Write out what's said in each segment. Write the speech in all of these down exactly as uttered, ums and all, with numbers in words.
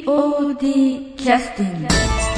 オーディー キャスティング。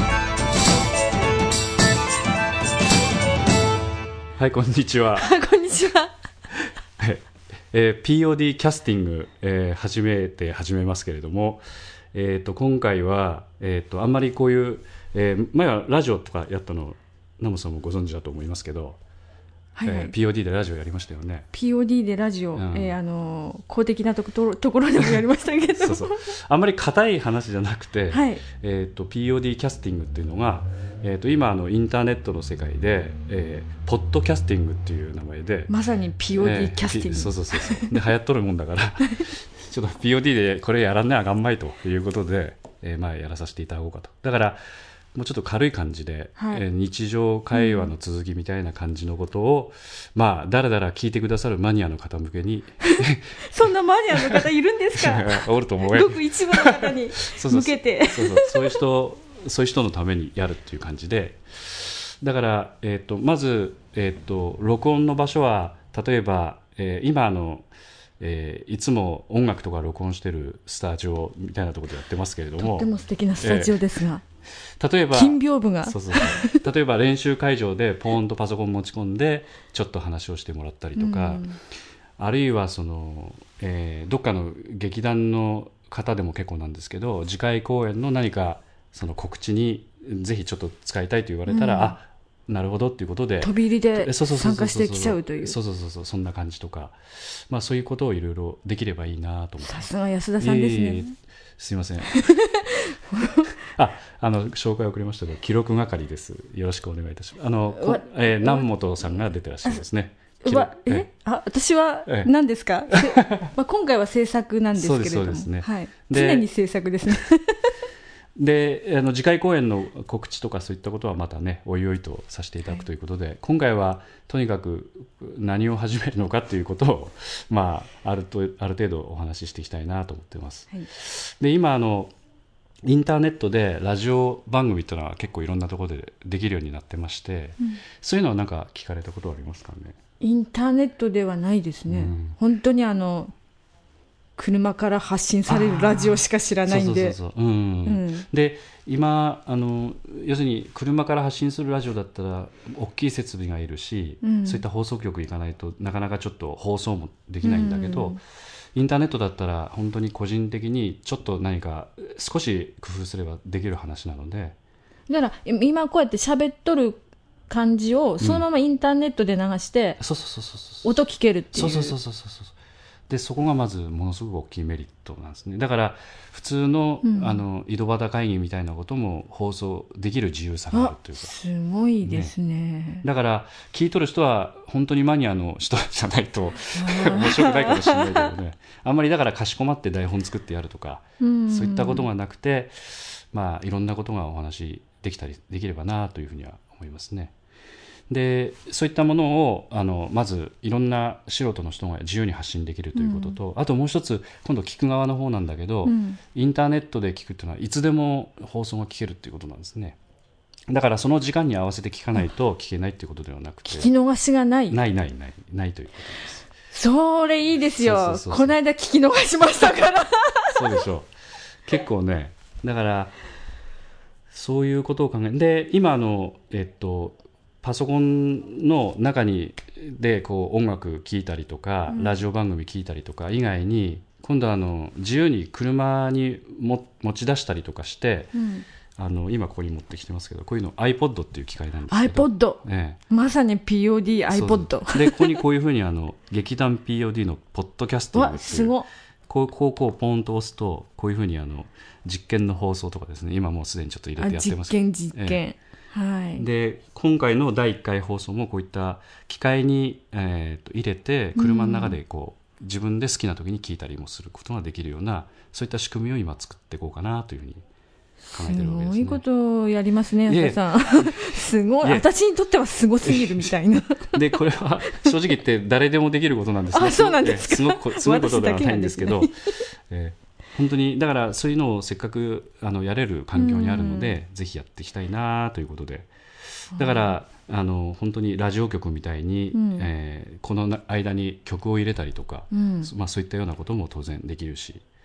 はい、こんにちは。 こんにちは。 はい、えー、ピーオーディー キャスティング、えー、初めて始めますけれども、えー、と今回は、えー、とあんまりこういう、えー、前はラジオとかやったのナモさんもご存知だと思いますけど、はいはい、えー、ピーオーディー でラジオやりましたよね。 ピーオーディー でラジオ、うんえー、あの公的なところ、ところでもやりましたけどそうそうあんまり硬い話じゃなくて、 はいえー、と ピーオーディー キャスティングっていうのが、えー、と今あのインターネットの世界で、えー、ポッドキャスティングっていう名前でまさに ピーオーディー キャスティング、えー、 そうそうそうそうで流行っとるもんだからちょっと ピーオーディー でこれやらんねあかんまいということで、えーまあ、やらさせていただこうかと。だからもうちょっと軽い感じで、はいえー、日常会話の続きみたいな感じのことを、うん、まあだらだら聞いてくださるマニアの方向けにそんなマニアの方いるんですかおると思うよ。 ごく一部の方に向けてそうそうそういう人そういう人のためにやるっていう感じで、だから、えー、とまず、えー、と録音の場所は例えば、えー、今あのえー、いつも音楽とか録音してるスタジオみたいなところでやってますけれども、 とっても素敵なスタジオですが、 えー、例えば金屏風がそうそうそう例えば練習会場でポーンとパソコン持ち込んでちょっと話をしてもらったりとか、うん、あるいはその、えー、どっかの劇団の方でも結構なんですけど、次回公演の何かその告知にぜひちょっと使いたいと言われたら、うん、あなるほどっていうことで飛び入りで参加してきちゃうという、 そうそうそうそうそんな感じとか、まあ、そういうことをいろいろできればいいなと思って。 さすが安田さんですね、えー、 すいませんああの紹介遅れましたが記録係です。よろしくお願いいたします。あの、えー、南本さんが出てらっしゃるんですね。 わええあ私は何ですか、まあ、今回は制作なんですけれども、そうですね、はい、常に制作ですねであの次回公演の告知とかそういったことはまたねおいおいとさせていただくということで、はい、今回はとにかく何を始めるのかということを、まあ、あるとある程度お話ししていきたいなと思っています、はい、で今あのインターネットでラジオ番組というのは結構いろんなところでできるようになってまして、うん、そういうのは何か聞かれたことはありますかね。 インターネットではないですね、うん、本当にあの車から発信されるラジオしか知らないんで、 で今あの要するに車から発信するラジオだったら大きい設備がいるし、うん、そういった放送局行かないとなかなかちょっと放送もできないんだけど、うん、インターネットだったら本当に個人的にちょっと何か少し工夫すればできる話なので、 だから今こうやって喋っとる感じをそのままインターネットで流して音聞けるっていう、 そうそうそうそうそうでそこがまずものすごく大きいメリットなんですね。だから普通 の,、うん、あの井戸端会議みたいなことも放送できる自由さがあるというか、 すごいです ね, ねだから聞いとる人は本当にマニアの人じゃないと面白くないかもしれないけどねあんまりだからかしこまって台本作ってやるとか、うん、そういったことがなくて、まあ、いろんなことがお話できたりできればなというふうには思いますね。でそういったものをあのまずいろんな素人の人が自由に発信できるということと、うん、あともう一つ今度聞く側の方なんだけど、うん、インターネットで聞くというのはいつでも放送が聞けるということなんですね。だからその時間に合わせて聞かないと聞けないということではなくて、 聞き逃しがないないないないないということです。 それいいですよ。そうそうそうそう、この間聞き逃しましたからそうでしょう。結構ね、だからそういうことを考えで今のえっとパソコンの中にでこう音楽聴いたりとか、うん、ラジオ番組聴いたりとか以外に今度はあの自由に車にも持ち出したりとかして、うん、あの今ここに持ってきてますけどこういうの iPod っていう機械なんですけど iPod、ええ、まさに ピーオーディー iPod そうそうでここにこういうふうにあの劇団 ピーオーディー のポッドキャスティングっていうすごこうこうこうポンと押すとこういうふうにあの実験の放送とかですね今もうすでにちょっと入れてやってますけど実験実験、ええはい、 で今回のだいいっかい放送もこういった機械に、えー、と入れて車の中でこう、うん、自分で好きな時に聞いたりもすることができるようなそういった仕組みを今作っていこうかなというふうに考えているわけですね。 すごいことをやりますね安田さんすごい私にとってはすごすぎるみたいなでこれは正直言って誰でもできることなんですね。 あそうなんですか。 すごくすごいことではないんですけどえー本当にだからそういうのをせっかくあのやれる環境にあるので、うん、ぜひやっていきたいなということでだからあの本当にラジオ局みたいに、うんえー、この間に曲を入れたりとか、うんまあ、そういったようなことも当然できるし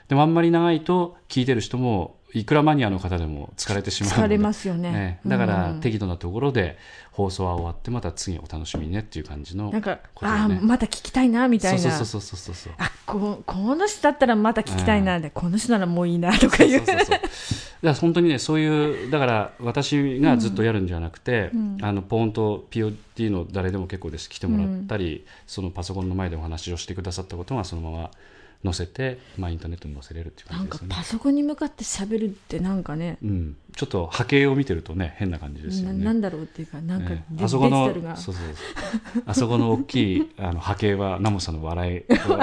でもあんまり長いと聞いてる人もいくらマニアの方でも疲れてしまうので、 疲れますよね、 ね、だから適度なところで放送は終わってまた次お楽しみねっていう感じのことで、ね、 なんかあまた聞きたいなみたいな、 そうそうそうそうそう、 あ こ, この人だったらまた聞きたいな、うん、でこの人ならもういいなとかいう、そうそうそうそうだから本当にね、そういうだから私がずっとやるんじゃなくて、うん、あのポーンと ピーオーティー の誰でも結構です来てもらったり、うん、そのパソコンの前でお話をしてくださったことがそのまま載せて、まあ、インターネットに載せれるっていう感じですね。 なんかパソコンに向かって喋るってなんかね、 うん、ちょっと波形を見てるとね変な感じですよね。 な, なんだろうっていうか、なんかデ,、 えー、あそこのデジタルがそうそうそうあそこの大きいあの波形はナモさんの笑い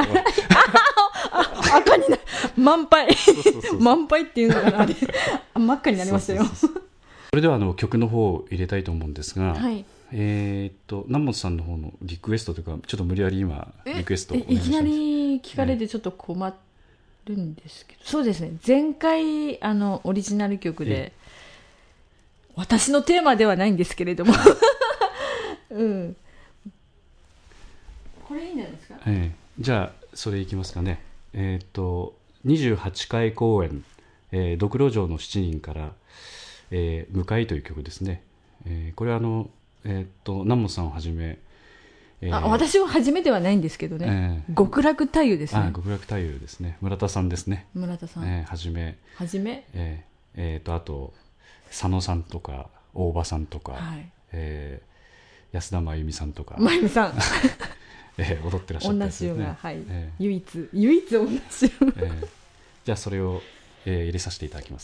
赤にな満杯満杯っていうのかな、あれ真っ赤になりましたよ。そうそうそうそう、 それではあの曲の方を入れたいと思うんですが、 はい、 えー、っと南本さんの方のリクエストというか、ちょっと無理やり今リクエストをお願いします。 いきなり聞かれてちょっと困るんですけど、そうですね、前回あのオリジナル曲で、私のテーマではないんですけれども、うん、これいいんじゃないですか、 えー、じゃあそれいきますかね。えー、っとにじゅうはちかい公演、えー、ドクロ城のしちにんから、えー、向いという曲ですね。えー、これはあのえー、っと南本さんをはじめ、 えー、あ私は初めてはないんですけどね、えー、極楽太夫ですね。 あ極楽太夫ですね。村田さんですね。 村田さん、 えー、はじめはじめ、 えーえー、とあと佐野さんとか大場さんとか、はい、えー、安田真由美さんとか真由美さんえー、踊ってらっしゃったやつですね。 女衆が、はい、 えー、 唯一唯一女衆、えー、じゃあそれを、えー、入れさせていただきます。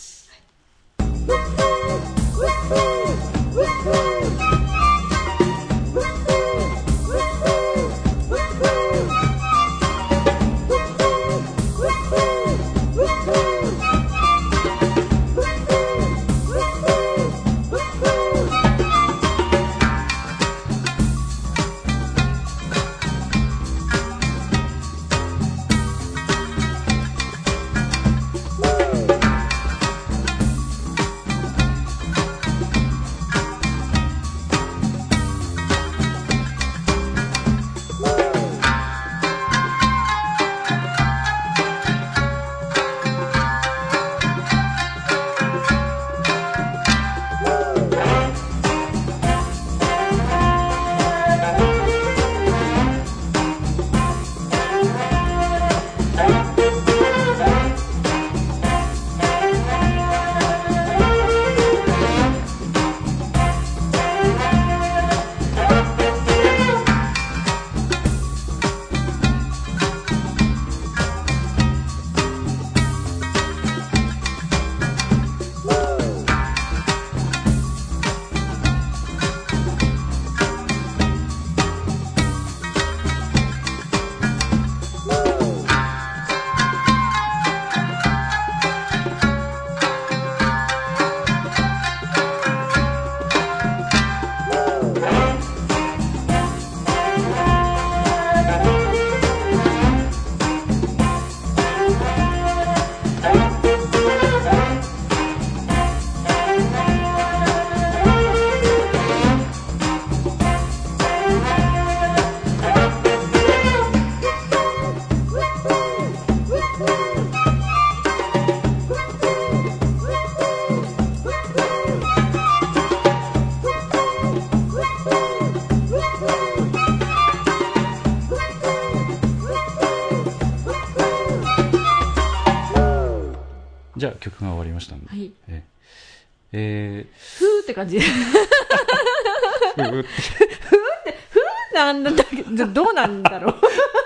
じゃあ曲が終わりましたんで、はい、ええー、 ふーって感じふーってふーってふーなんだけどどうなんだろう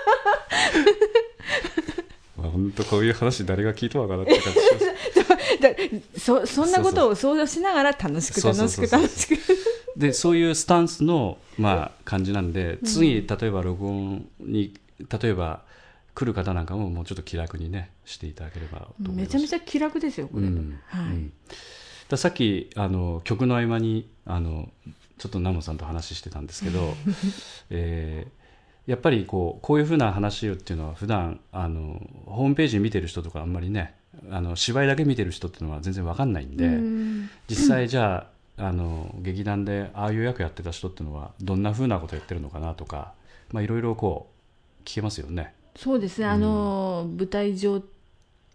まあ本当こういう話誰が聞いたわからって感じしますそ, そんなことを想像しながら楽しく楽しく楽しくでそういうスタンスの、まあ、感じなんで、うん、次例えば録音に例えば来る方なんかももうちょっと気楽にねしていただければと思います。 めちゃめちゃ気楽ですよこれ、うんはいうん、 ださっきあの曲の合間にあのちょっとナモさんと話してたんですけど、えー、やっぱりこう、こういうふうな話をっていうのは普段あのホームページ見てる人とかあんまりねあの芝居だけ見てる人っていうのは全然わかんないんで、うん実際じゃあ、あの劇団でああいう役やってた人っていうのはどんなふうなことやってるのかなとかいろいろこう聞けますよね。 そうですね、あの、うん、舞台上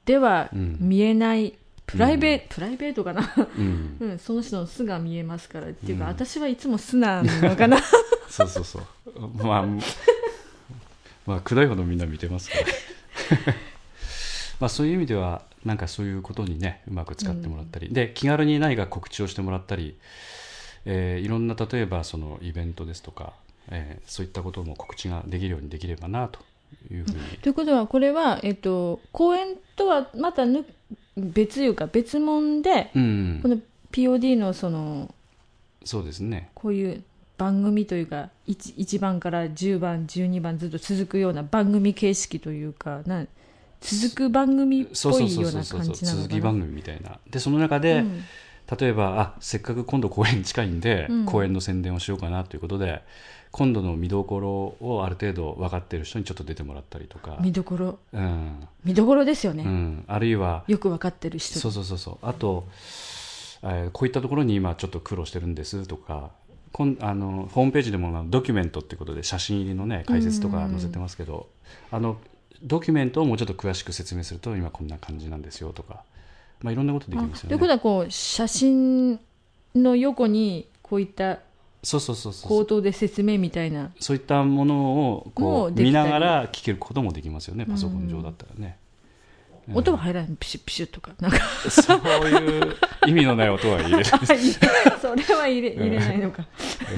では見えない、うん、プライベート、うん、プライベートかな、うんうん、その人の素が見えますからっていうか、うん、私はいつも素なのかなそうそうそうまあまあくどいほどみんな見てますからまあそういう意味ではなんかそういうことにねうまく使ってもらったり、うん、で気軽に何か告知をしてもらったり、えー、いろんな例えばそのイベントですとか、えー、そういったことも告知ができるようにできればなというふうに、うん、 ということはこれは、えっと、講演とはまたぬ別いうか別物で、うん、この ピーオーディー のそのそうですねこういう番組というか 1, いちばんからじゅうばんじゅうにばんずっと続くような番組形式というかな続く番組っぽいような感じなのかな。 続き番組みたいなでその中で、うん、例えばあせっかく今度公演近いんで、うん、公演の宣伝をしようかなということで今度の見どころをある程度分かっている人にちょっと出てもらったりとか見どころ、 うん、 見どころですよね、 うん、あるいはよく分かってる人そうそうそうそうあと、えー、こういったところに今ちょっと苦労してるんですとかこんあのホームページでもドキュメントっていうことで写真入りの、ね、解説とか載せてますけど、あのドキュメントをもうちょっと詳しく説明すると今こんな感じなんですよとか、まあ、いろんなことできますよね。 ということはこう写真の横にこういった口頭で説明みたいなそういったものをこう見ながら聞けることもできますよねパソコン上だったらね、 うん、音は入らないピシュピシュとかなんかそういう意味のない音は入れるそれは入れ、入れないのか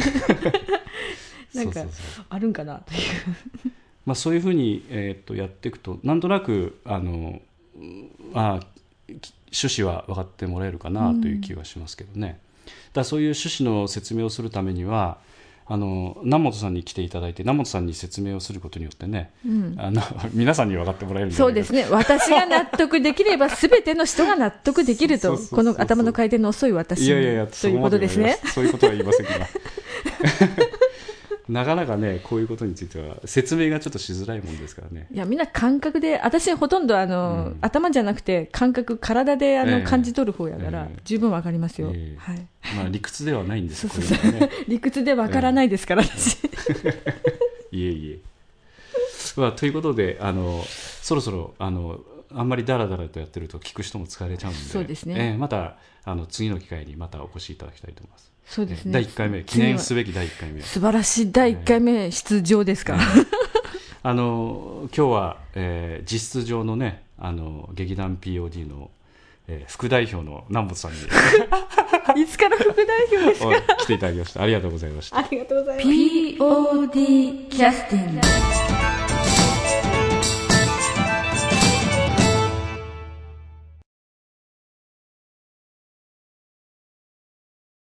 なんかそうそうそうあるんかなというまあそういうふうに、えー、とやっていくとなんとなくあのあ趣旨は分かってもらえるかなという気がしますけどね、うん、だからそういう趣旨の説明をするためにはあの南本さんに来ていただいて南本さんに説明をすることによってね、うん、あの皆さんに分かってもらえるんじゃないかと。 そうですね私が納得できれば全ての人が納得できるとこの頭の回転の遅い私にいやいやいやということですね。 そういうことは言いませんからなかなかねこういうことについては説明がちょっとしづらいもんですからね。 いやみんな感覚で私ほとんどあの、うん、頭じゃなくて感覚体であの、えー、感じ取る方やから、えー、十分わかりますよ、えーはいまあ、理屈ではないんですそうそうそう、ね、理屈でわからないですから、えー、私いえいえ、まあ、ということであのそろそろあのあんまりダラダラとやってると聞く人も疲れちゃうんで、 そうですね、 えー、またあの次の機会にまたお越しいただきたいと思います。 そうですね、 だいいっかいめ記念すべきだいいっかいめ素晴らしいだいいっかいめ出場ですか、 えー、あの今日は、えー、実質上のねあの劇団 ピーオーディー の、えー、副代表の南本さんにいつから副代表ですか来ていただきました。ありがとうございました。 ありがとうございます。 ピーオーディー キャスティング